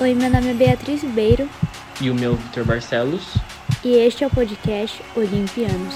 Oi, meu nome é Beatriz Ribeiro. E o meu Vitor Barcelos. E este é o podcast Olimpianos.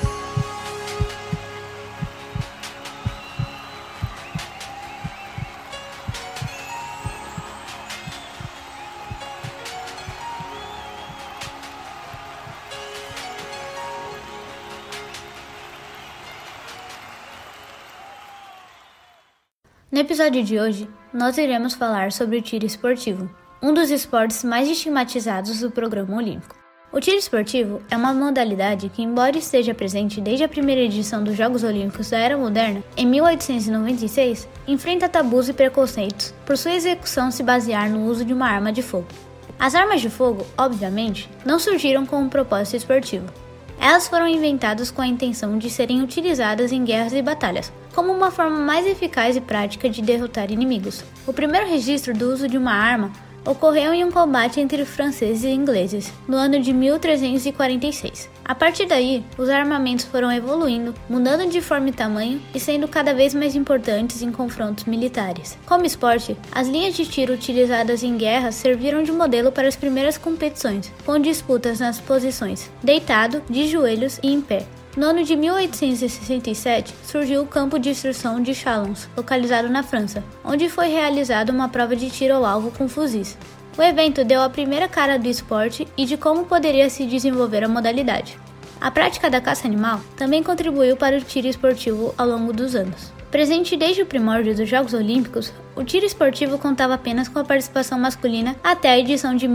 No episódio de hoje, nós iremos falar sobre o tiro esportivo, um dos esportes mais estigmatizados do programa olímpico. O tiro esportivo é uma modalidade que, embora esteja presente desde a primeira edição dos Jogos Olímpicos da Era Moderna, em 1896, enfrenta tabus e preconceitos por sua execução se basear no uso de uma arma de fogo. As armas de fogo, obviamente, não surgiram com um propósito esportivo. Elas foram inventadas com a intenção de serem utilizadas em guerras e batalhas, como uma forma mais eficaz e prática de derrotar inimigos. O primeiro registro do uso de uma arma ocorreu em um combate entre franceses e ingleses, no ano de 1346. A partir daí, os armamentos foram evoluindo, mudando de forma e tamanho e sendo cada vez mais importantes em confrontos militares. Como esporte, as linhas de tiro utilizadas em guerras serviram de modelo para as primeiras competições, com disputas nas posições deitado, de joelhos e em pé. No ano de 1867, surgiu o campo de instrução de Chalons, localizado na França, onde foi realizada uma prova de tiro ao alvo com fuzis. O evento deu a primeira cara do esporte e de como poderia se desenvolver a modalidade. A prática da caça animal também contribuiu para o tiro esportivo ao longo dos anos. Presente desde o primórdio dos Jogos Olímpicos, o tiro esportivo contava apenas com a participação masculina até a edição de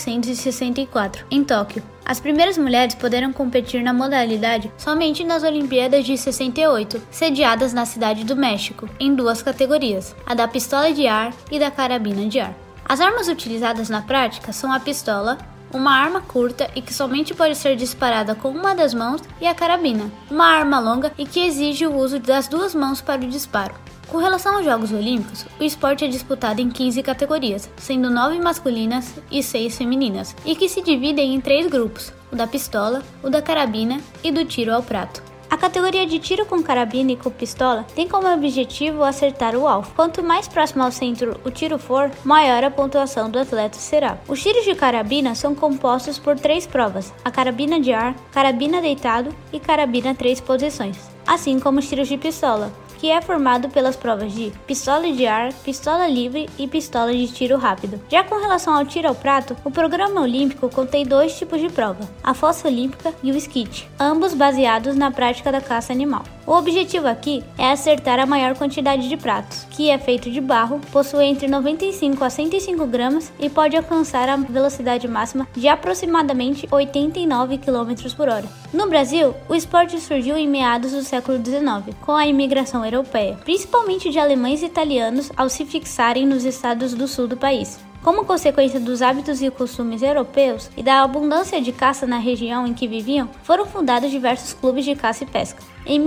1964, em Tóquio. As primeiras mulheres puderam competir na modalidade somente nas Olimpíadas de 68, sediadas na Cidade do México, em duas categorias, a da pistola de ar e da carabina de ar. As armas utilizadas na prática são a pistola, uma arma curta e que somente pode ser disparada com uma das mãos, e a carabina, uma arma longa e que exige o uso das duas mãos para o disparo. Com relação aos Jogos Olímpicos, o esporte é disputado em 15 categorias, sendo 9 masculinas e 6 femininas, e que se dividem em 3 grupos, o da pistola, o da carabina e do tiro ao prato. A categoria de tiro com carabina e com pistola tem como objetivo acertar o alvo. Quanto mais próximo ao centro o tiro for, maior a pontuação do atleta será. Os tiros de carabina são compostos por 3 provas: a carabina de ar, carabina deitado e carabina 3 posições, assim como os tiros de pistola, que é formado pelas provas de pistola de ar, pistola livre e pistola de tiro rápido. Já com relação ao tiro ao prato, o programa olímpico contém 2 tipos de prova, a fossa olímpica e o esquite, ambos baseados na prática da caça animal. O objetivo aqui é acertar a maior quantidade de pratos, que é feito de barro, possui entre 95 a 105 gramas e pode alcançar a velocidade máxima de aproximadamente 89 km por hora. No Brasil, o esporte surgiu em meados do século XIX, com a imigração europeia, principalmente de alemães e italianos ao se fixarem nos estados do sul do país. Como consequência dos hábitos e costumes europeus e da abundância de caça na região em que viviam, foram fundados diversos clubes de caça e pesca. Em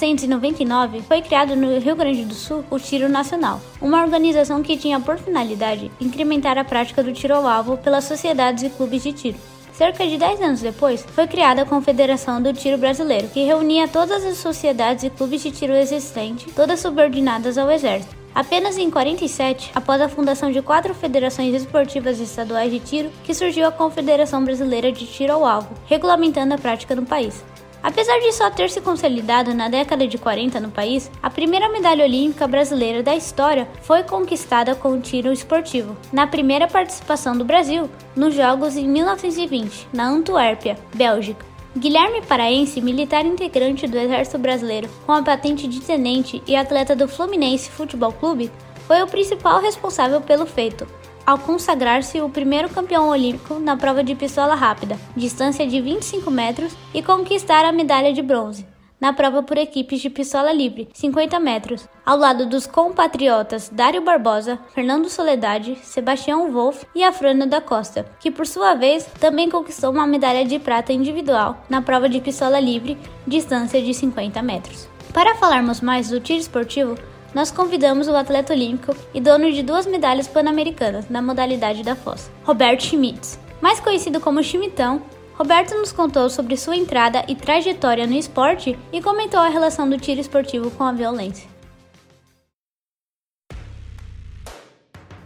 1899, foi criado no Rio Grande do Sul o Tiro Nacional, uma organização que tinha por finalidade incrementar a prática do tiro ao alvo pelas sociedades e clubes de tiro. Cerca de 10 anos depois, foi criada a Confederação do Tiro Brasileiro, que reunia todas as sociedades e clubes de tiro existentes, todas subordinadas ao Exército. Apenas em 47, após a fundação de 4 federações esportivas estaduais de tiro, que surgiu a Confederação Brasileira de Tiro ao Alvo, regulamentando a prática no país. Apesar de só ter se consolidado na década de 40 no país, a primeira medalha olímpica brasileira da história foi conquistada com o tiro esportivo, na primeira participação do Brasil nos Jogos em 1920, na Antuérpia, Bélgica. Guilherme Paraense, militar integrante do Exército Brasileiro, com a patente de tenente e atleta do Fluminense Futebol Clube, foi o principal responsável pelo feito, ao consagrar-se o primeiro campeão olímpico na prova de pistola rápida, distância de 25 metros, e conquistar a medalha de bronze na prova por equipes de pistola livre, 50 metros, ao lado dos compatriotas Dário Barbosa, Fernando Soledade, Sebastião Wolff e Afrânio da Costa, que por sua vez também conquistou uma medalha de prata individual na prova de pistola livre, distância de 50 metros. Para falarmos mais do tiro esportivo, nós convidamos o atleta olímpico e dono de 2 medalhas pan-americanas na modalidade da fossa, Roberto Schmitz. Mais conhecido como Chimitão, Roberto nos contou sobre sua entrada e trajetória no esporte e comentou a relação do tiro esportivo com a violência.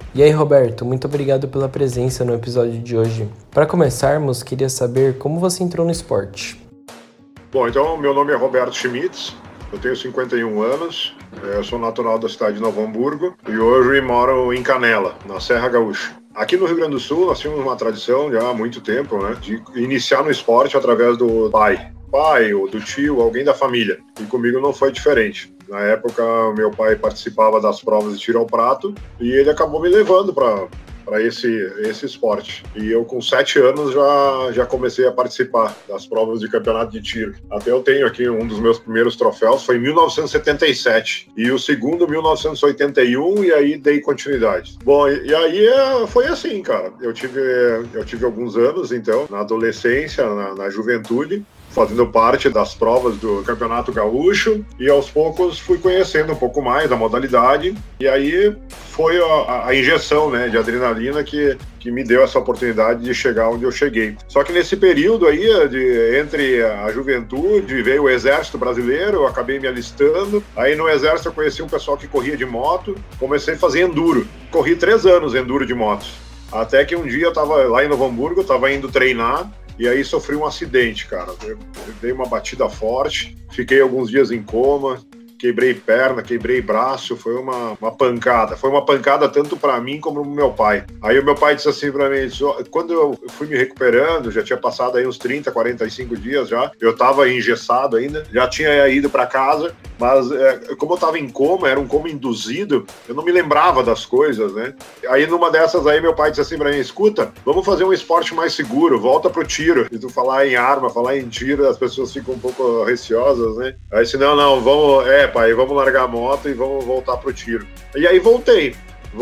E aí, Roberto, muito obrigado pela presença no episódio de hoje. Para começarmos, queria saber como você entrou no esporte. Bom, então, meu nome é Roberto Schmitz, eu tenho 51 anos, eu sou natural da cidade de Novo Hamburgo e hoje moro em Canela, na Serra Gaúcha. Aqui no Rio Grande do Sul, nós tínhamos uma tradição já há muito tempo, né, de iniciar no esporte através do pai ou do tio, alguém da família. E comigo não foi diferente. Na época, meu pai participava das provas de tiro ao prato e ele acabou me levando para esse esporte. E eu, com 7 anos, já comecei a participar das provas de campeonato de tiro. Até eu tenho aqui um dos meus primeiros troféus, foi em 1977. E o segundo, 1981, e aí dei continuidade. Bom, e aí foi assim, cara. Eu tive alguns anos, então, na adolescência, na juventude, fazendo parte das provas do Campeonato Gaúcho, e aos poucos fui conhecendo um pouco mais da modalidade, e aí foi a injeção, né, de adrenalina que me deu essa oportunidade de chegar onde eu cheguei. Só que nesse período aí, entre a juventude, veio o Exército Brasileiro, eu acabei me alistando, aí no Exército eu conheci um pessoal que corria de moto, comecei a fazer enduro, corri 3 anos enduro de motos, até que um dia eu estava lá em Novo Hamburgo, estava indo treinar, e aí sofri um acidente, cara. Eu dei uma batida forte, fiquei alguns dias em coma, quebrei perna, quebrei braço, foi uma pancada. Foi uma pancada tanto para mim como pro meu pai. Aí o meu pai disse assim para mim, quando eu fui me recuperando, já tinha passado aí uns 30, 45 dias já, eu tava engessado ainda, já tinha ido para casa, mas como eu tava em coma, era um coma induzido, eu não me lembrava das coisas, né? Aí numa dessas aí meu pai disse assim para mim, escuta, vamos fazer um esporte mais seguro, volta pro tiro. E tu falar em arma, falar em tiro, as pessoas ficam um pouco receosas, né? Aí disse, não, vamos, pai, vamos largar a moto e vamos voltar pro tiro. E aí voltei,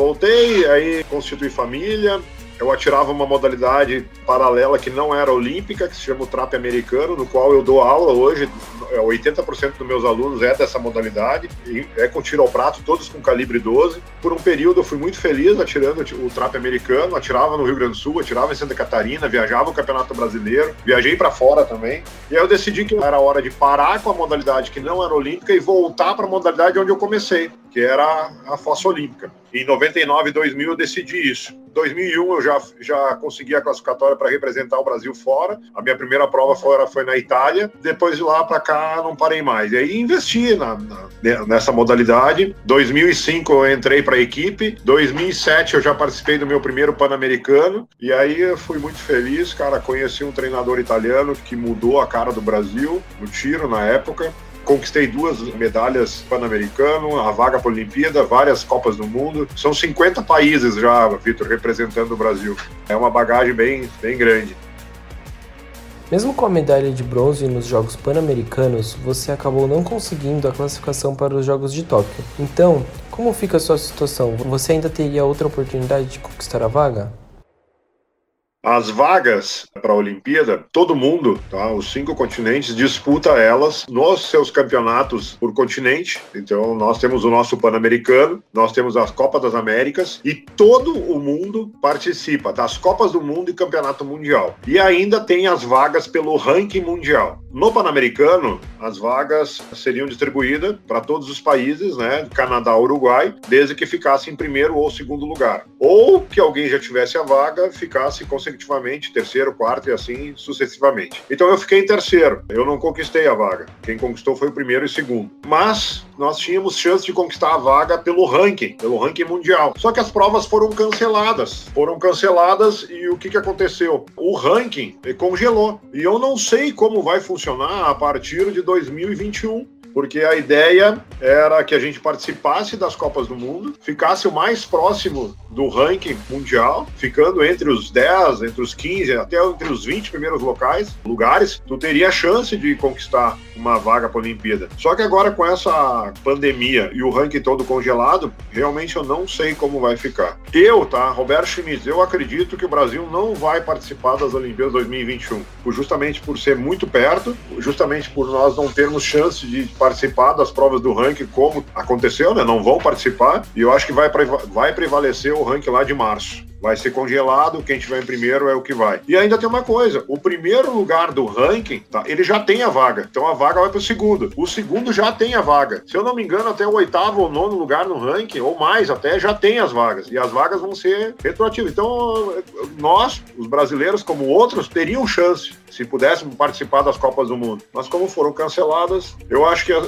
aí constituí família, eu atirava uma modalidade paralela que não era olímpica, que se chama o trap americano, no qual eu dou aula hoje, 80% dos meus alunos é dessa modalidade, e é com tiro ao prato, todos com calibre 12. Por um período eu fui muito feliz atirando o trap americano, atirava no Rio Grande do Sul, atirava em Santa Catarina, viajava no Campeonato Brasileiro, viajei para fora também. E aí eu decidi que era hora de parar com a modalidade que não era olímpica e voltar para a modalidade onde eu comecei, que era a fossa olímpica. Em 99 e 2000 eu decidi isso. Em 2001 eu já consegui a classificatória para representar o Brasil fora. A minha primeira prova foi na Itália. Depois de lá para cá não parei mais. E aí investi nessa modalidade. 2005 eu entrei para a equipe. 2007 eu já participei do meu primeiro Pan-Americano. E aí eu fui muito feliz, cara. Conheci um treinador italiano que mudou a cara do Brasil no tiro na época. Conquistei 2 medalhas pan-americano, a vaga para a Olimpíada, várias Copas do Mundo. São 50 países já, Vitor, representando o Brasil. É uma bagagem bem grande. Mesmo com a medalha de bronze nos Jogos Pan-Americanos, você acabou não conseguindo a classificação para os Jogos de Tóquio. Então, como fica a sua situação? Você ainda teria outra oportunidade de conquistar a vaga? As vagas para a Olimpíada, todo mundo, tá? Os 5 continentes, disputa elas nos seus campeonatos por continente. Então, nós temos o nosso Pan-Americano, nós temos as Copas das Américas e todo o mundo participa das Copas do Mundo e Campeonato Mundial. E ainda tem as vagas pelo ranking mundial. No Pan-Americano, as vagas seriam distribuídas para todos os países, né? Canadá, Uruguai, desde que ficasse em primeiro ou segundo lugar. Ou que alguém já tivesse a vaga, ficasse consecutivamente terceiro, quarto e assim sucessivamente. Então eu fiquei em terceiro, eu não conquistei a vaga. Quem conquistou foi o primeiro e segundo. Mas nós tínhamos chance de conquistar a vaga pelo ranking mundial. Só que as provas foram canceladas. E o que aconteceu? O ranking congelou. E eu não sei como vai funcionar a partir de 2021. Porque a ideia era que a gente participasse das Copas do Mundo, ficasse o mais próximo do ranking mundial, ficando entre os 10, entre os 15, até entre os 20 primeiros lugares, tu teria a chance de conquistar uma vaga para a Olimpíada. Só que agora com essa pandemia e o ranking todo congelado, realmente eu não sei como vai ficar. Roberto Schmitz, eu acredito que o Brasil não vai participar das Olimpíadas 2021, justamente por ser muito perto, justamente por nós não termos chance de participar das provas do ranking como aconteceu, né? Não vão participar e eu acho que vai prevalecer o ranking lá de março. vai ser congelado, quem tiver em primeiro é o que vai. E ainda tem uma coisa, o primeiro lugar do ranking, tá, ele já tem a vaga, então a vaga vai para o segundo já tem a vaga. Se eu não me engano, até o 8º ou 9º lugar no ranking, ou mais até, já tem as vagas, e as vagas vão ser retroativas. Então, nós, os brasileiros, como outros, teriam chance se pudéssemos participar das Copas do Mundo. Mas como foram canceladas, eu acho que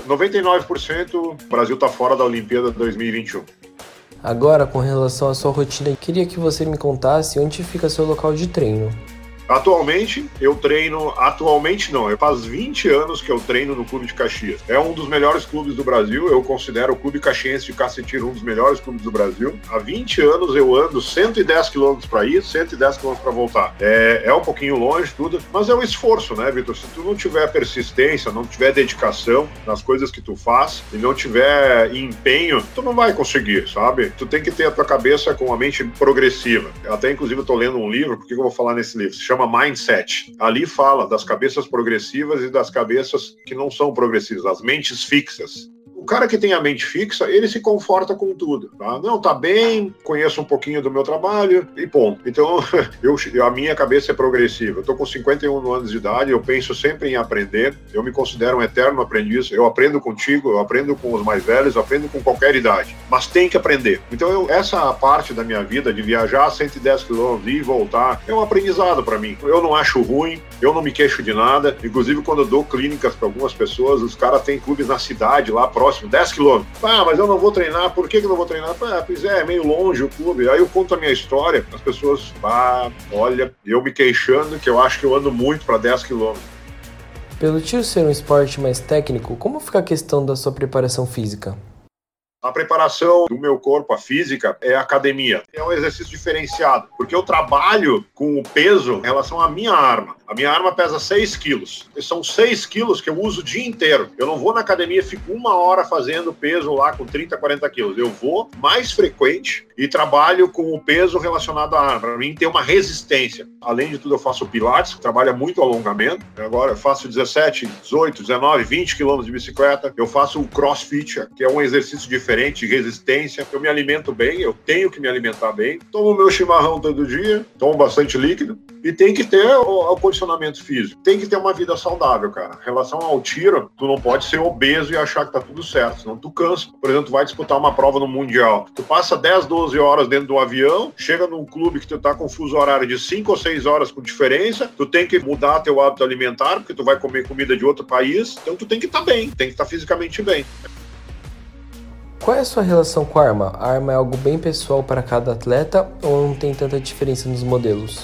99% o Brasil está fora da Olimpíada 2021. Agora, com relação à sua rotina, queria que você me contasse onde fica seu local de treino. Atualmente, eu treino... Atualmente não, faz 20 anos que eu treino no Clube de Caxias. É um dos melhores clubes do Brasil, eu considero o Clube Caxiense de Cacetiro um dos melhores clubes do Brasil. Há 20 anos eu ando 110 quilômetros para ir, 110 quilômetros para voltar. É um pouquinho longe, tudo, mas é um esforço, né, Vitor? Se tu não tiver persistência, não tiver dedicação nas coisas que tu faz e não tiver empenho, tu não vai conseguir, sabe? Tu tem que ter a tua cabeça com a mente progressiva. Até, inclusive, eu tô lendo um livro, por que eu vou falar nesse livro? Se chama Mindset. Ali fala das cabeças progressivas e das cabeças que não são progressivas, as mentes fixas. O cara que tem a mente fixa, ele se conforta com tudo, tá? Não, tá bem, conheço um pouquinho do meu trabalho e ponto. Então, a minha cabeça é progressiva. Eu tô com 51 anos de idade, eu penso sempre em aprender, eu me considero um eterno aprendiz, eu aprendo contigo, eu aprendo com os mais velhos, eu aprendo com qualquer idade, mas tem que aprender. Então, essa parte da minha vida de viajar 110 quilômetros e voltar, é um aprendizado para mim. Eu não acho ruim, eu não me queixo de nada, inclusive quando eu dou clínicas para algumas pessoas, os caras têm clubes na cidade, lá próximo, 10 quilômetros. Mas eu não vou treinar, por que eu não vou treinar? Pois é meio longe o clube. Aí eu conto a minha história, as pessoas, olha, eu me queixando que eu acho que eu ando muito para 10 quilômetros. Pelo tiro ser um esporte mais técnico, como fica a questão da sua preparação física? A preparação do meu corpo, a física, é a academia. É um exercício diferenciado, porque eu trabalho com o peso em relação à minha arma. A minha arma pesa 6 quilos. São 6 quilos que eu uso o dia inteiro. Eu não vou na academia e fico 1 hora fazendo peso lá com 30, 40 quilos. Eu vou mais frequente e trabalho com o peso relacionado à arma. Para mim, ter uma resistência. Além de tudo, eu faço pilates, que trabalha muito alongamento. Agora, eu faço 17, 18, 19, 20 quilômetros de bicicleta. Eu faço o crossfit, que é um exercício diferente de resistência. Eu me alimento bem, eu tenho que me alimentar bem. Tomo meu chimarrão todo dia, tomo bastante líquido. E tem que ter o condicionamento físico. Tem que ter uma vida saudável, cara. Em relação ao tiro, tu não pode ser obeso e achar que tá tudo certo, senão tu cansa. Por exemplo, tu vai disputar uma prova no Mundial. Tu passa 10, 12 horas dentro do avião, chega num clube que tu tá com fuso horário de 5 ou 6 horas com diferença, tu tem que mudar teu hábito alimentar, porque tu vai comer comida de outro país, então tu tem que estar bem, tem que estar fisicamente bem. Qual é a sua relação com a arma? A arma é algo bem pessoal para cada atleta ou não tem tanta diferença nos modelos?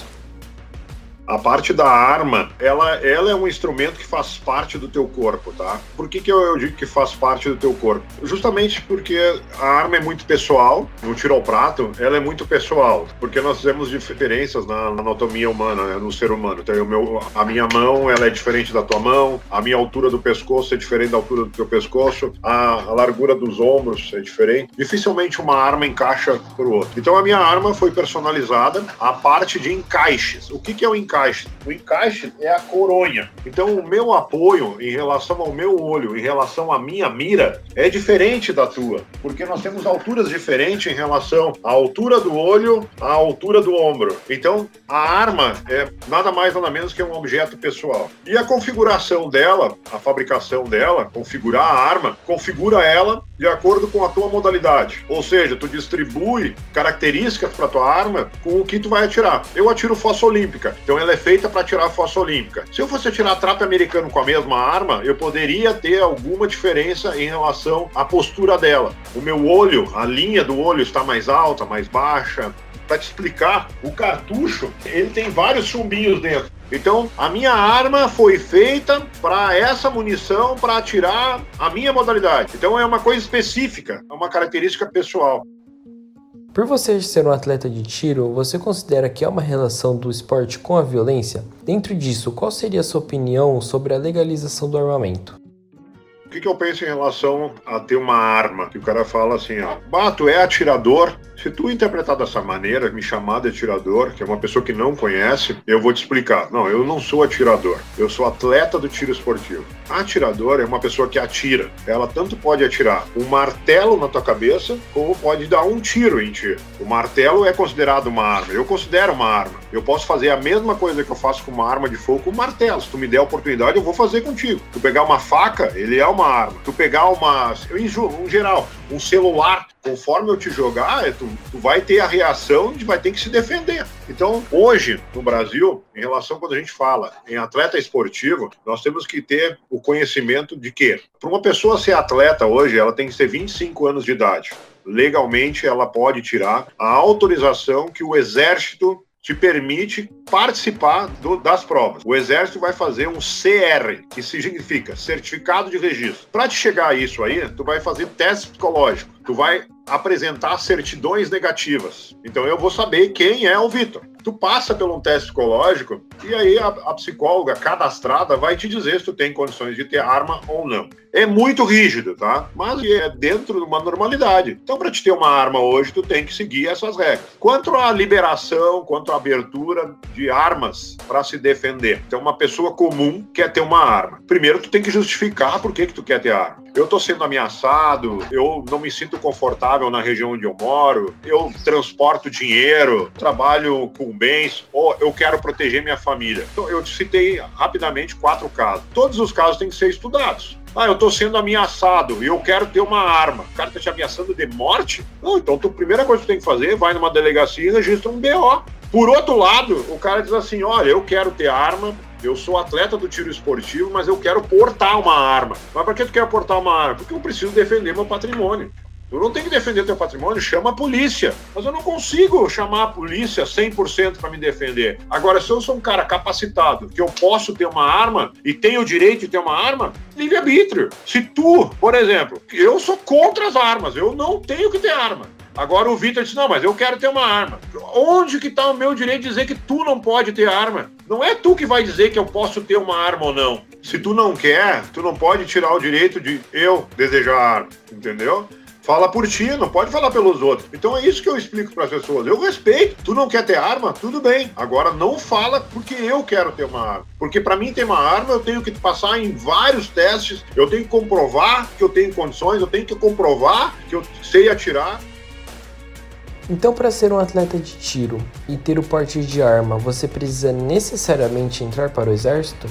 A parte da arma, ela é um instrumento que faz parte do teu corpo, tá? Por que eu digo que faz parte do teu corpo? Justamente porque a arma é muito pessoal, no tiro ao prato, ela é muito pessoal, porque nós temos diferenças na anatomia humana, né, no ser humano. Então, a minha mão, ela é diferente da tua mão, a minha altura do pescoço é diferente da altura do teu pescoço, a largura dos ombros é diferente. Dificilmente uma arma encaixa pro outro. Então, a minha arma foi personalizada, a parte de encaixes. O que é o encaixe? O encaixe é a coronha. Então, o meu apoio em relação ao meu olho, em relação à minha mira, é diferente da tua, porque nós temos alturas diferentes em relação à altura do olho, à altura do ombro. Então, a arma é nada mais nada menos que um objeto pessoal. E a configuração dela, a fabricação dela, configurar a arma, configura ela de acordo com a tua modalidade. Ou seja, tu distribui características para tua arma com o que tu vai atirar. Eu atiro fossa olímpica, então ela é feita para atirar fossa olímpica. Se eu fosse atirar trape americano com a mesma arma, eu poderia ter alguma diferença em relação à postura dela. O meu olho, a linha do olho está mais alta, mais baixa. Para te explicar, o cartucho, ele tem vários chumbinhos dentro. Então, a minha arma foi feita para essa munição, para atirar a minha modalidade. Então, é uma coisa específica, é uma característica pessoal. Por você ser um atleta de tiro, você considera que há uma relação do esporte com a violência? Dentro disso, qual seria a sua opinião sobre a legalização do armamento? O que eu penso em relação a ter uma arma? Que o cara fala assim, tu é atirador, Se tu interpretar dessa maneira, me chamar de atirador, que é uma pessoa que não conhece, eu vou te explicar. Não, eu não sou atirador. Eu sou atleta do tiro esportivo. Atirador é uma pessoa que atira. Ela tanto pode atirar um martelo na tua cabeça, como pode dar um tiro em ti. O martelo é considerado uma arma. Eu considero uma arma. Eu posso fazer a mesma coisa que eu faço com uma arma de fogo com um martelo. Se tu me der a oportunidade, eu vou fazer contigo. Tu pegar uma faca, ele é uma arma. Tu pegar em geral, um celular, conforme eu te jogar, tu vai ter a reação e vai ter que se defender. Então, hoje, no Brasil, em relação quando a gente fala em atleta esportivo, nós temos que ter o conhecimento de que, para uma pessoa ser atleta hoje, ela tem que ter 25 anos de idade. Legalmente, ela pode tirar a autorização que o Exército te permite participar das provas. O Exército vai fazer um CR, que significa Certificado de Registro. Para te chegar a isso aí, tu vai fazer teste psicológico. Tu vai apresentar certidões negativas. Então eu vou saber quem é o Vitor. Tu passa por um teste psicológico e aí a psicóloga cadastrada vai te dizer se tu tem condições de ter arma ou não. É muito rígido, tá? Mas é dentro de uma normalidade. Então, para te ter uma arma hoje, tu tem que seguir essas regras. Quanto à liberação, quanto à abertura de armas para se defender. Então, uma pessoa comum quer ter uma arma. Primeiro, tu tem que justificar por que tu quer ter arma. Eu tô sendo ameaçado, eu não me sinto confortável na região onde eu moro, eu transporto dinheiro, trabalho com bens, ou eu quero proteger minha família. Então, eu te citei rapidamente 4 casos. Todos os casos têm que ser estudados. Eu estou sendo ameaçado e eu quero ter uma arma. O cara está te ameaçando de morte? Não, então a primeira coisa que tu tem que fazer, vai numa delegacia e registra um BO. Por outro lado, o cara diz assim, olha, eu quero ter arma, eu sou atleta do tiro esportivo, mas eu quero portar uma arma. Mas para que tu quer portar uma arma? Porque eu preciso defender meu patrimônio. Tu não tem que defender teu patrimônio, chama a polícia. Mas eu não consigo chamar a polícia 100% para me defender. Agora, se eu sou um cara capacitado, que eu posso ter uma arma e tenho o direito de ter uma arma, livre-arbítrio. Se tu, por exemplo, eu sou contra as armas, eu não tenho que ter arma. Agora o Vitor disse, não, mas eu quero ter uma arma. Onde que está o meu direito de dizer que tu não pode ter arma? Não é tu que vai dizer que eu posso ter uma arma ou não. Se tu não quer, tu não pode tirar o direito de eu desejar arma, entendeu? Fala por ti, não pode falar pelos outros. Então é isso que eu explico para as pessoas. Eu respeito. Tu não quer ter arma? Tudo bem. Agora não fala porque eu quero ter uma arma. Porque para mim ter uma arma eu tenho que passar em vários testes. Eu tenho que comprovar que eu tenho condições. Eu tenho que comprovar que eu sei atirar. Então, para ser um atleta de tiro e ter o porte de arma, você precisa necessariamente entrar para o Exército?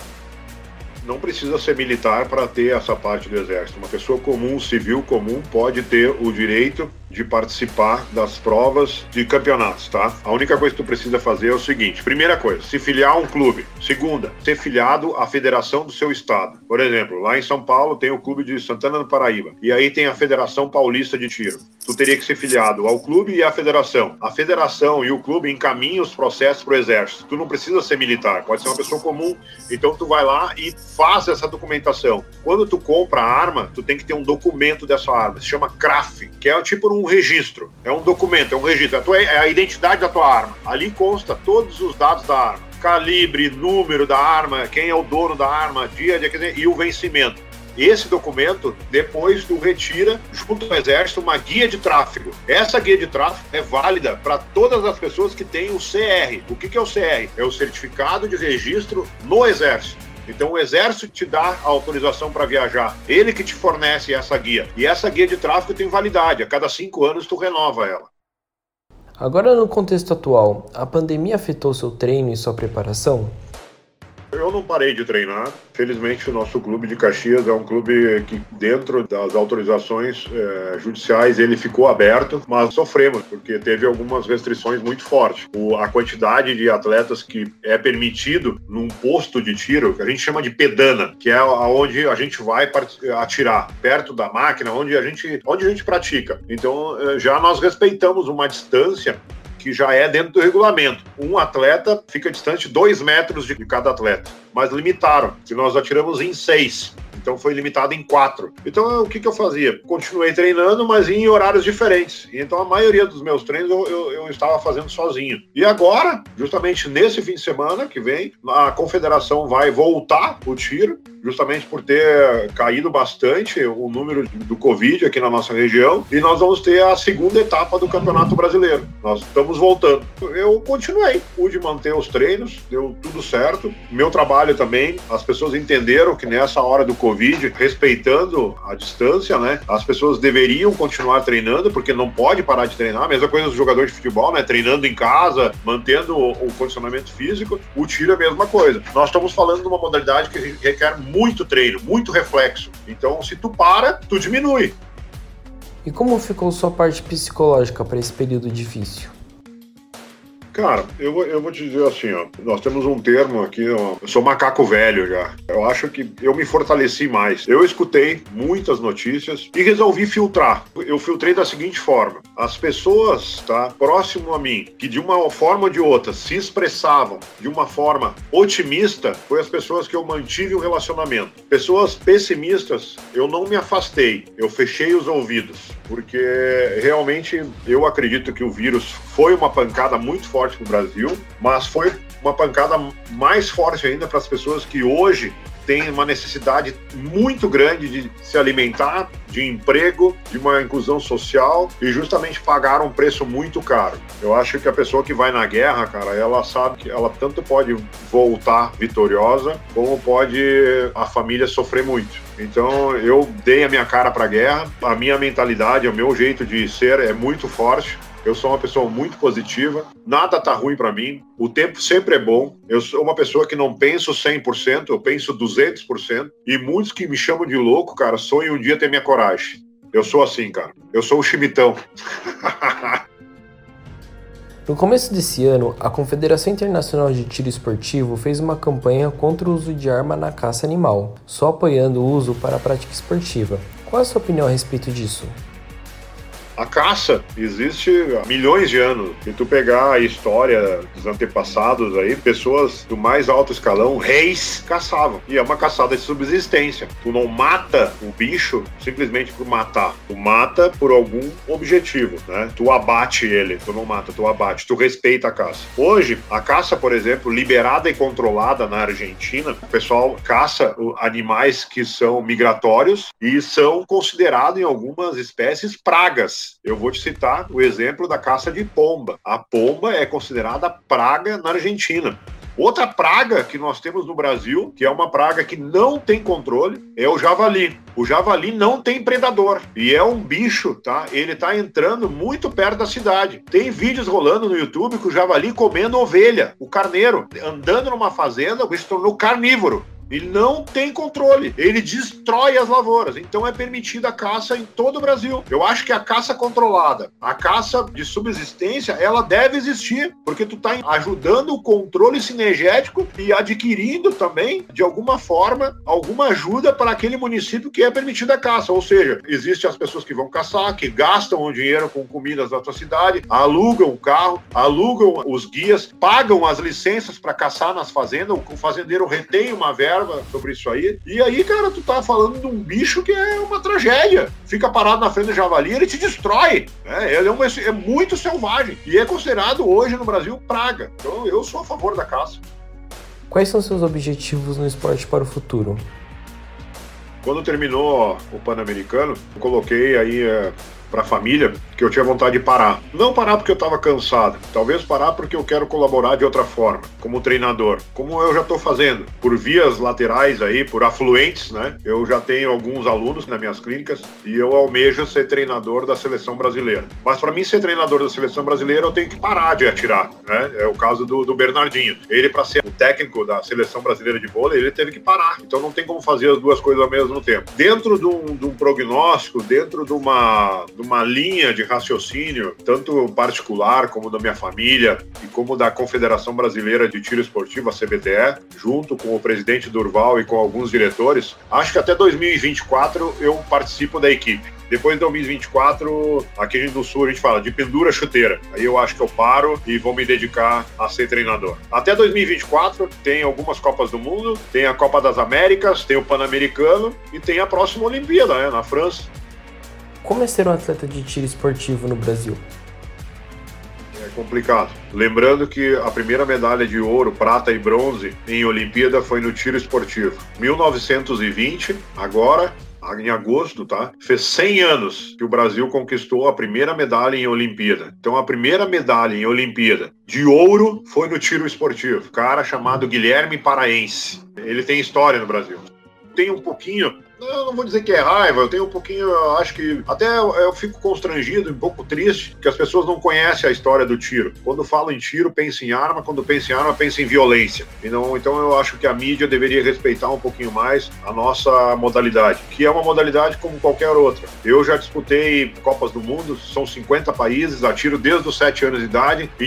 Não precisa ser militar para ter essa parte do Exército. Uma pessoa comum, civil comum, pode ter o direito de participar das provas de campeonatos, tá? A única coisa que tu precisa fazer é o seguinte. Primeira coisa, se filiar a um clube. Segunda, ser filiado à federação do seu estado. Por exemplo, lá em São Paulo tem o clube de Santana do Paraíba. E aí tem a Federação Paulista de Tiro. Tu teria que ser filiado ao clube e à federação. A federação e o clube encaminham os processos para o Exército. Tu não precisa ser militar, pode ser uma pessoa comum. Então tu vai lá e faz essa documentação. Quando tu compra a arma, tu tem que ter um documento dessa arma. Se chama CRAF, que é tipo um registro. É um documento, é um registro. É a identidade da tua arma. Ali consta todos os dados da arma. Calibre, número da arma, quem é o dono da arma, dia e o vencimento. Esse documento, depois tu retira, junto ao Exército, uma guia de tráfego. Essa guia de tráfego é válida para todas as pessoas que têm o CR. O que é o CR? É o Certificado de Registro no Exército. Então o Exército te dá a autorização para viajar. Ele que te fornece essa guia. E essa guia de tráfego tem validade. A cada 5 anos tu renova ela. Agora, no contexto atual, a pandemia afetou seu treino e sua preparação? Eu não parei de treinar. Felizmente, o nosso clube de Caxias é um clube que, dentro das autorizações judiciais, ele ficou aberto, mas sofremos, porque teve algumas restrições muito fortes. A quantidade de atletas que é permitido num posto de tiro, que a gente chama de pedana, que é onde a gente vai atirar, perto da máquina, onde a gente pratica. Então, já nós respeitamos uma distância que já é dentro do regulamento. Um atleta fica distante 2 metros de cada atleta, mas limitaram, que nós atiramos em 6, então foi limitado em 4. Então o que eu fazia? Continuei treinando, mas em horários diferentes. Então a maioria dos meus treinos eu estava fazendo sozinho. E agora, justamente nesse fim de semana que vem, a confederação vai voltar o tiro, justamente por ter caído bastante o número do Covid aqui na nossa região, e nós vamos ter a segunda etapa do Campeonato Brasileiro. Nós estamos voltando. Eu continuei, pude manter os treinos, deu tudo certo. Meu trabalho também, as pessoas entenderam que nessa hora do Covid, respeitando a distância, né, as pessoas deveriam continuar treinando, porque não pode parar de treinar. A mesma coisa do jogador de futebol, né, treinando em casa, mantendo o condicionamento físico. O tiro é a mesma coisa. Nós estamos falando de uma modalidade que requer muito treino, muito reflexo. Então, se tu para, tu diminui. E como ficou sua parte psicológica para esse período difícil? Cara, eu vou te dizer assim, ó, nós temos um termo aqui, ó, eu sou macaco velho já. Eu acho que eu me fortaleci mais. Eu escutei muitas notícias e resolvi filtrar. Eu filtrei da seguinte forma: as pessoas, tá, próximo a mim, que de uma forma ou de outra se expressavam de uma forma otimista, foi as pessoas que eu mantive o relacionamento. Pessoas pessimistas, eu não me afastei, eu fechei os ouvidos, porque realmente eu acredito que o vírus foi uma pancada muito forte no Brasil, mas foi uma pancada mais forte ainda para as pessoas que hoje têm uma necessidade muito grande de se alimentar, de emprego, de uma inclusão social, e justamente pagaram um preço muito caro. Eu acho que a pessoa que vai na guerra, cara, ela sabe que ela tanto pode voltar vitoriosa, como pode a família sofrer muito. Então eu dei a minha cara para a guerra, a minha mentalidade, o meu jeito de ser é muito forte. Eu sou uma pessoa muito positiva, nada tá ruim para mim, o tempo sempre é bom. Eu sou uma pessoa que não penso 100%, eu penso 200%, e muitos que me chamam de louco, cara, sonham um dia ter minha coragem. Eu sou assim, cara, eu sou o chimitão. No começo desse ano, a Confederação Internacional de Tiro Esportivo fez uma campanha contra o uso de arma na caça animal, só apoiando o uso para a prática esportiva. Qual é a sua opinião a respeito disso? A caça existe há milhões de anos. Se tu pegar a história dos antepassados aí, pessoas do mais alto escalão, reis, caçavam. E é uma caçada de subsistência. Tu não mata o bicho simplesmente por matar. Tu mata por algum objetivo, né? Tu abate ele. Tu não mata, tu abate. Tu respeita a caça. Hoje, a caça, por exemplo, liberada e controlada na Argentina, o pessoal caça animais que são migratórios e são considerados em algumas espécies pragas. Eu vou te citar o exemplo da caça de pomba. A pomba é considerada praga na Argentina. Outra praga que nós temos no Brasil, que é uma praga que não tem controle, é o javali. O javali não tem predador e é um bicho, tá? Ele tá entrando muito perto da cidade. Tem vídeos rolando no YouTube com o javali comendo ovelha, o carneiro, andando numa fazenda, ele se tornou carnívoro. Ele não tem controle, ele destrói as lavouras, então é permitida a caça em todo o Brasil. Eu acho que a caça controlada, a caça de subsistência, ela deve existir, porque tu tá ajudando o controle cinegético e adquirindo também, de alguma forma, alguma ajuda para aquele município que é permitida a caça. Ou seja, existem as pessoas que vão caçar, que gastam o dinheiro com comidas da tua cidade, alugam o carro, alugam os guias, pagam as licenças para caçar nas fazendas, o fazendeiro retém uma verba sobre isso aí, e aí, cara, tu tá falando de um bicho que é uma tragédia. Fica parado na frente do javali, ele te destrói, né? Ele é muito selvagem, e é considerado hoje no Brasil praga. Então eu sou a favor da caça. Quais são seus objetivos no esporte para o futuro? Quando terminou o Pan-Americano, eu coloquei aí para a família que eu tinha vontade de parar. Não parar porque eu estava cansado, talvez parar porque eu quero colaborar de outra forma, como treinador, como eu já estou fazendo, por vias laterais aí, por afluentes, né? Eu já tenho alguns alunos nas minhas clínicas e eu almejo ser treinador da seleção brasileira. Mas para mim ser treinador da seleção brasileira eu tenho que parar de atirar, né? É o caso do Bernardinho. Ele, para ser o técnico da seleção brasileira de vôlei, ele teve que parar. Então não tem como fazer as duas coisas ao mesmo tempo. Dentro de um prognóstico, dentro de uma linha de raciocínio, tanto particular como da minha família e como da Confederação Brasileira de Tiro Esportivo, a CBTE, junto com o presidente Durval e com alguns diretores, acho que até 2024 eu participo da equipe. Depois de 2024, aqui no Sul a gente fala de pendura chuteira. Aí eu acho que eu paro e vou me dedicar a ser treinador. Até 2024 tem algumas Copas do Mundo, tem a Copa das Américas, tem o Pan-Americano e tem a próxima Olimpíada, né, na França. Como é ser um atleta de tiro esportivo no Brasil? complicado. Lembrando que a primeira medalha de ouro, prata e bronze em Olimpíada foi no tiro esportivo. 1920, agora, em agosto, tá? Fez 100 anos que o Brasil conquistou a primeira medalha em Olimpíada. Então, a primeira medalha em Olimpíada de ouro foi no tiro esportivo. Cara chamado Guilherme Paraense. Ele tem história no Brasil. Tem um pouquinho... Eu não vou dizer que é raiva, eu tenho um pouquinho, eu acho que até eu fico constrangido, um pouco triste, que as pessoas não conhecem a história do tiro. Quando falo em tiro, penso em arma, quando penso em arma, penso em violência. Então eu acho que a mídia deveria respeitar um pouquinho mais a nossa modalidade, que é uma modalidade como qualquer outra. Eu já disputei Copas do Mundo, são 50 países, atiro desde os 7 anos de idade e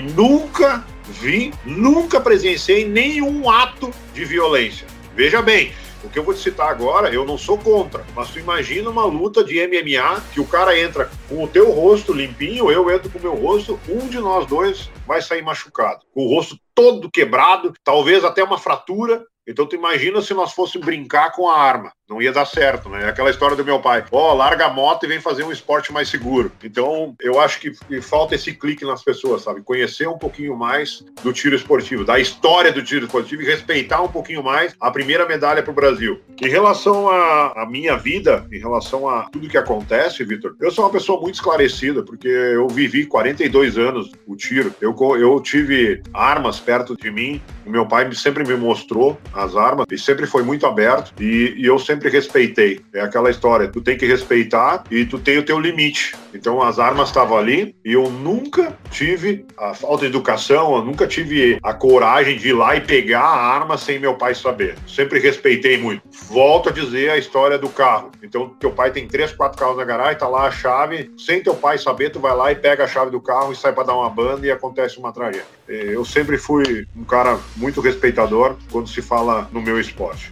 nunca presenciei nenhum ato de violência. Veja bem, o que eu vou te citar agora, eu não sou contra, mas tu imagina uma luta de MMA que o cara entra com o teu rosto limpinho, eu entro com o meu rosto, um de nós dois vai sair machucado, com o rosto todo quebrado, talvez até uma fratura. Então tu imagina se nós fôssemos brincar com a arma. Não ia dar certo, né? Aquela história do meu pai. Larga a moto e vem fazer um esporte mais seguro. Então eu acho que falta esse clique nas pessoas, sabe? Conhecer um pouquinho mais do tiro esportivo, da história do tiro esportivo e respeitar um pouquinho mais a primeira medalha para o Brasil. Em relação à minha vida, em relação a tudo que acontece, Vitor, eu sou uma pessoa muito esclarecida, porque eu vivi 42 anos o tiro. Eu tive armas perto de mim, o meu pai sempre me mostrou as armas, e sempre foi muito aberto, e eu sempre respeitei. É aquela história, tu tem que respeitar e tu tem o teu limite. Então as armas estavam ali e eu nunca tive a falta de educação, eu nunca tive a coragem de ir lá e pegar a arma sem meu pai saber. Sempre respeitei muito. Volto a dizer a história do carro. Então teu pai tem 3, 4 carros na garagem, tá lá a chave, sem teu pai saber, tu vai lá e pega a chave do carro e sai para dar uma banda e acontece uma tragédia. Eu sempre fui um cara muito respeitador quando se fala no meu esporte.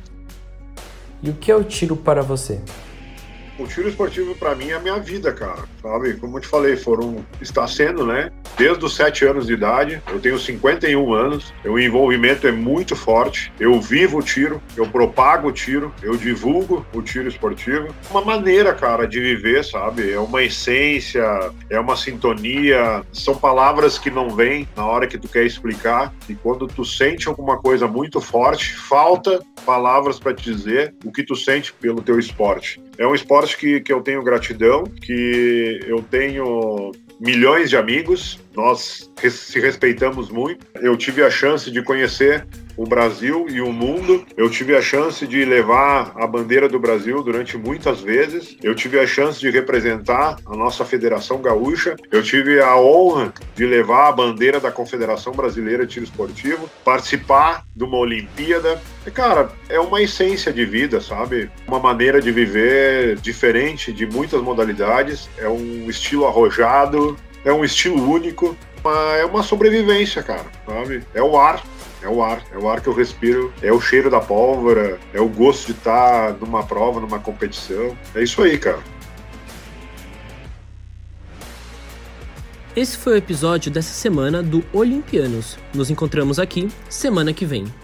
E o que é o tiro para você? O tiro esportivo para mim é a minha vida, cara, sabe? Como eu te falei, está sendo, né? Desde os 7 anos de idade, eu tenho 51 anos, o envolvimento é muito forte, eu vivo o tiro, eu propago o tiro, eu divulgo o tiro esportivo. Uma maneira, cara, de viver, sabe? É uma essência, é uma sintonia, são palavras que não vêm na hora que tu quer explicar, e quando tu sente alguma coisa muito forte, falta palavras para te dizer o que tu sente pelo teu esporte. É um esporte que eu tenho gratidão, que eu tenho milhões de amigos, nós se respeitamos muito. Eu tive a chance de conhecer o Brasil e o mundo. Eu tive a chance de levar a bandeira do Brasil durante muitas vezes. Eu tive a chance de representar a nossa Federação Gaúcha. Eu tive a honra de levar a bandeira da Confederação Brasileira de Tiro Esportivo, participar de uma Olimpíada. E, cara, é uma essência de vida, sabe? Uma maneira de viver diferente de muitas modalidades. É um estilo arrojado, é um estilo único. É uma sobrevivência, cara, sabe? É o ar que eu respiro, é o cheiro da pólvora, é o gosto de estar numa prova, numa competição. É isso aí, cara. Esse foi o episódio dessa semana do Olimpianos. Nos encontramos aqui semana que vem.